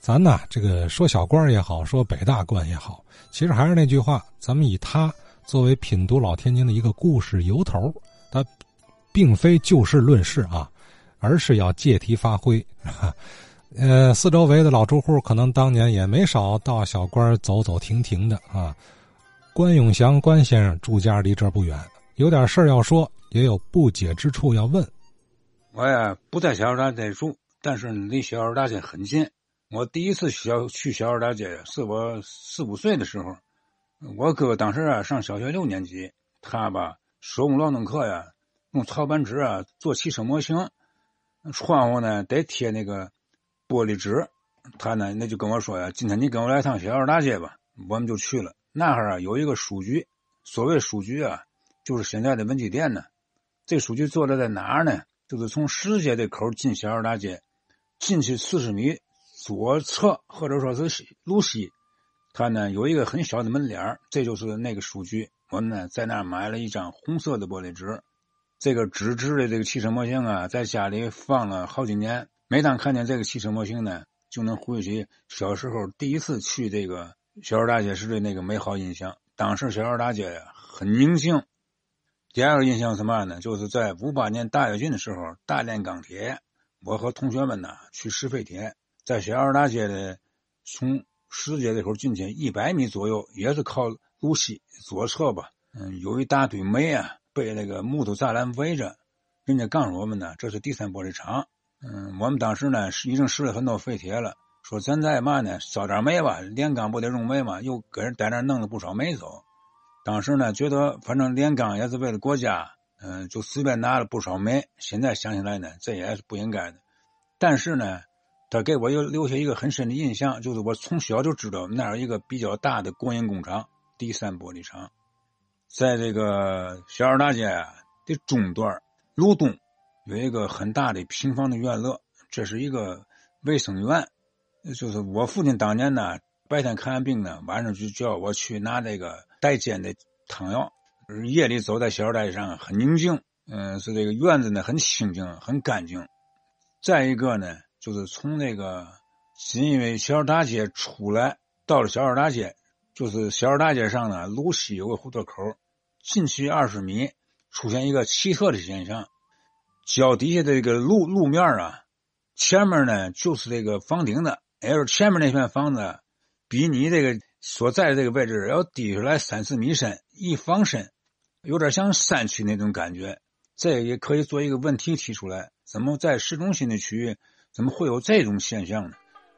咱呢，这个说小官也好，说北大官也好，其实还是那句话，咱们以他作为品读老天津的一个故事由头，他并非就事论事啊，而是要借题发挥。四周围的老住户可能当年也没少到小官走走停停的啊。关永祥关先生住家离这儿不远，有点事儿要说，也有不解之处要问。 我呀不在小二大街住，但是离小二大街很近。我第一次去小二大街是我4、5岁的时候，我哥当时啊上小学6年级，他吧手工劳动课呀用草板纸啊做汽车模型，窗户呢得贴那个玻璃纸，他呢那就跟我说呀，今天你跟我来趟小二大街吧，我们就去了。那会儿啊有一个书局，所谓书局啊就是现在的文具店呢。这书局坐落在哪儿呢？就是从10街这口进小二大街，进去40米左侧或者说是路西，它呢有一个很小的门脸，这就是那个书局。我们呢在那儿买了一张红色的玻璃纸，这个纸质的这个汽车模型啊，在家里放了好几年。每当看见这个汽车模型呢，就能回忆起小时候第一次去这个小二大街时的那个美好印象。当时小二大街呀很宁静。第二个印象什么呢？就是在58年大跃进的时候，大炼钢铁，我和同学们呢去试废铁，在小二大街的从10街这口进去100米左右，也是靠路西左侧吧。有一大堆煤啊，被那个木头栅栏围着。人家告诉我们呢，这是第3玻璃厂。我们当时呢已经试了很多废铁了，说咱在嘛呢烧点煤吧，炼钢不得用煤嘛，又给人在那弄了不少煤走。当时呢觉得反正炼钢也是为了国家，就随便拿了不少煤。现在想起来呢，这也是不应该的。但是呢，他给我又留下一个很深的印象，就是我从小就知道那有一个比较大的国营工厂，第3玻璃厂。在这个小二大街的中段路东有一个很大的平房的院落，这是一个卫生院。就是我父亲当年呢白天看完病呢，晚上就叫我去拿这个带尖的汤药。夜里走在小二大街上很宁静，是这个院子呢很清静很干净。再一个呢，就是从那个因为小二大街出来，到了小二大街，就是小二大街上呢路西有个胡同口，进去20米出现一个奇特的现象，脚底下的这个路面啊，前面呢就是这个房顶的，也就是前面那片房子比你这个所在的这个位置要低下来3、4米深，一房深，有点像山区那种感觉。这也可以做一个问题提出来，怎么在市中心的区域怎么会有这种现象呢？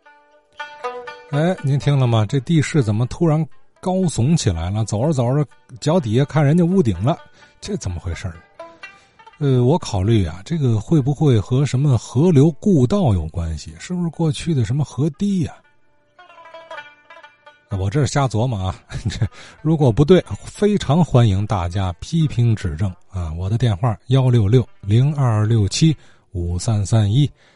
您听了吗？这地势怎么突然高耸起来了？走着走着脚底下看人家屋顶了，这怎么回事呢？我考虑啊，这个会不会和什么河流故道有关系？是不是过去的什么河堤呀？我这是瞎琢磨啊，这如果不对，非常欢迎大家批评指正啊！我的电话166-0267-5331